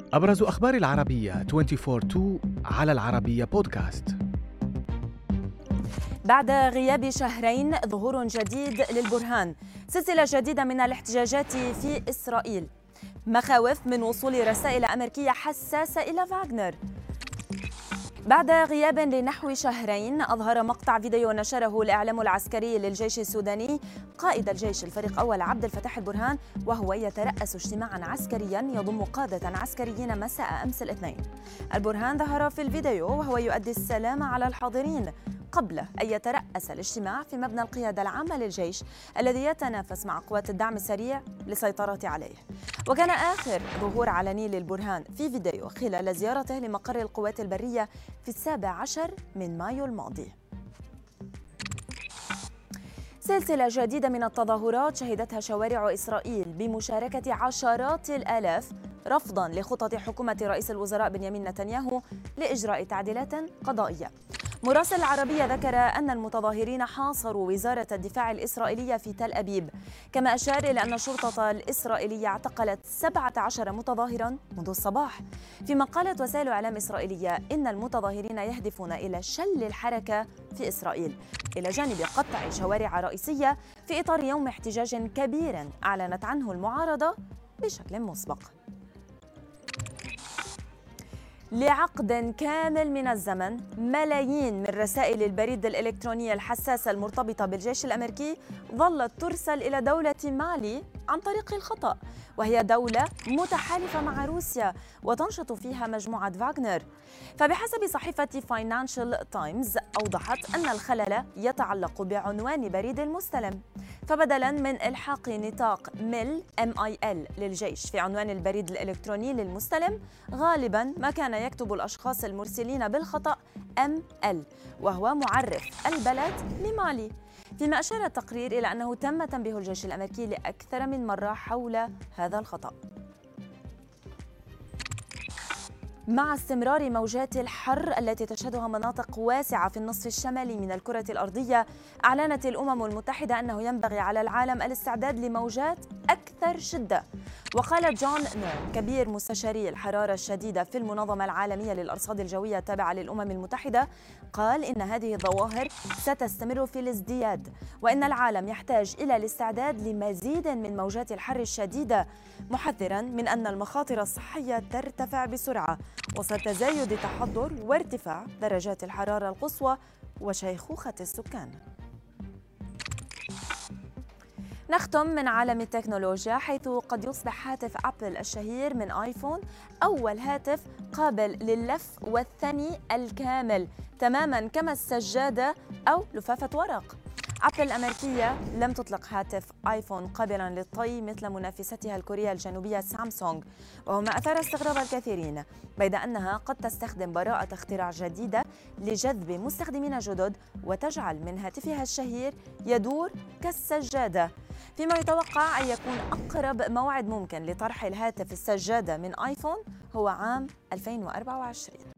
أبرز أخبار العربية 24/2 على العربية بودكاست. بعد غياب شهرين ظهور جديد للبرهان، سلسلة جديدة من الاحتجاجات في إسرائيل، مخاوف من وصول رسائل أمريكية حساسة إلى فاغنر. بعد غياب لنحو شهرين أظهر مقطع فيديو نشره الإعلام العسكري للجيش السوداني قائد الجيش الفريق أول عبد الفتاح البرهان وهو يترأس اجتماعا عسكريا يضم قادة عسكريين مساء أمس الاثنين. البرهان ظهر في الفيديو وهو يؤدي السلام على الحاضرين قبل أن يترأس الاجتماع في مبنى القيادة العامة للجيش الذي يتنافس مع قوات الدعم السريع للسيطرة عليه. وكان آخر ظهور علني للبرهان في فيديو خلال زيارته لمقر القوات البرية في 17 من مايو الماضي. سلسلة جديدة من التظاهرات شهدتها شوارع إسرائيل بمشاركة عشرات الآلاف رفضاً لخطط حكومة رئيس الوزراء بنيامين نتنياهو لإجراء تعديلات قضائية. مراسل العربية ذكر أن المتظاهرين حاصروا وزارة الدفاع الإسرائيلية في تل أبيب، كما أشار إلى أن الشرطة الإسرائيلية اعتقلت 17 متظاهراً منذ الصباح. فيما قالت وسائل إعلام إسرائيلية إن المتظاهرين يهدفون إلى شل الحركة في إسرائيل إلى جانب قطع شوارع رئيسية في إطار يوم احتجاج كبير أعلنت عنه المعارضة بشكل مسبق. لعقد كامل من الزمن ملايين من رسائل البريد الإلكتروني الحساسة المرتبطة بالجيش الأمريكي ظلت ترسل إلى دولة مالي عن طريق الخطأ، وهي دولة متحالفة مع روسيا وتنشط فيها مجموعة فاغنر. فبحسب صحيفة فاينانشال تايمز أوضحت أن الخلل يتعلق بعنوان بريد المستلم، فبدلاً من إلحاق نطاق MIL للجيش في عنوان البريد الإلكتروني للمستلم، غالباً ما كان يكتب الأشخاص المرسلين بالخطأ ML وهو معرف البلد لمالي. فيما أشار التقرير إلى أنه تم تنبيه الجيش الأمريكي لأكثر من مرة حول هذا الخطأ. مع استمرار موجات الحر التي تشهدها مناطق واسعة في النصف الشمالي من الكرة الأرضية، أعلنت الأمم المتحدة أنه ينبغي على العالم الاستعداد لموجات أكثر شدة. وقال جون نير كبير مستشاري الحرارة الشديدة في المنظمة العالمية للأرصاد الجوية التابعة للأمم المتحدة، قال إن هذه الظواهر ستستمر في الازدياد وإن العالم يحتاج إلى الاستعداد لمزيد من موجات الحر الشديدة، محذرا من أن المخاطر الصحية ترتفع بسرعة وسط تزايد التحضر وارتفاع درجات الحرارة القصوى وشيخوخة السكان. نختم من عالم التكنولوجيا، حيث قد يصبح هاتف أبل الشهير من آيفون أول هاتف قابل لللف والثني الكامل تماماً كما السجادة أو لفافة ورق. أبل الأمريكية لم تطلق هاتف آيفون قابلاً للطي مثل منافستها الكورية الجنوبية سامسونج، وهو ما أثار استغراب الكثيرين، بيد أنها قد تستخدم براءة اختراع جديدة لجذب مستخدمين جدد وتجعل من هاتفها الشهير يدور كالسجادة، فيما يتوقع أن يكون أقرب موعد ممكن لطرح الهاتف السجادة من آيفون هو عام 2024.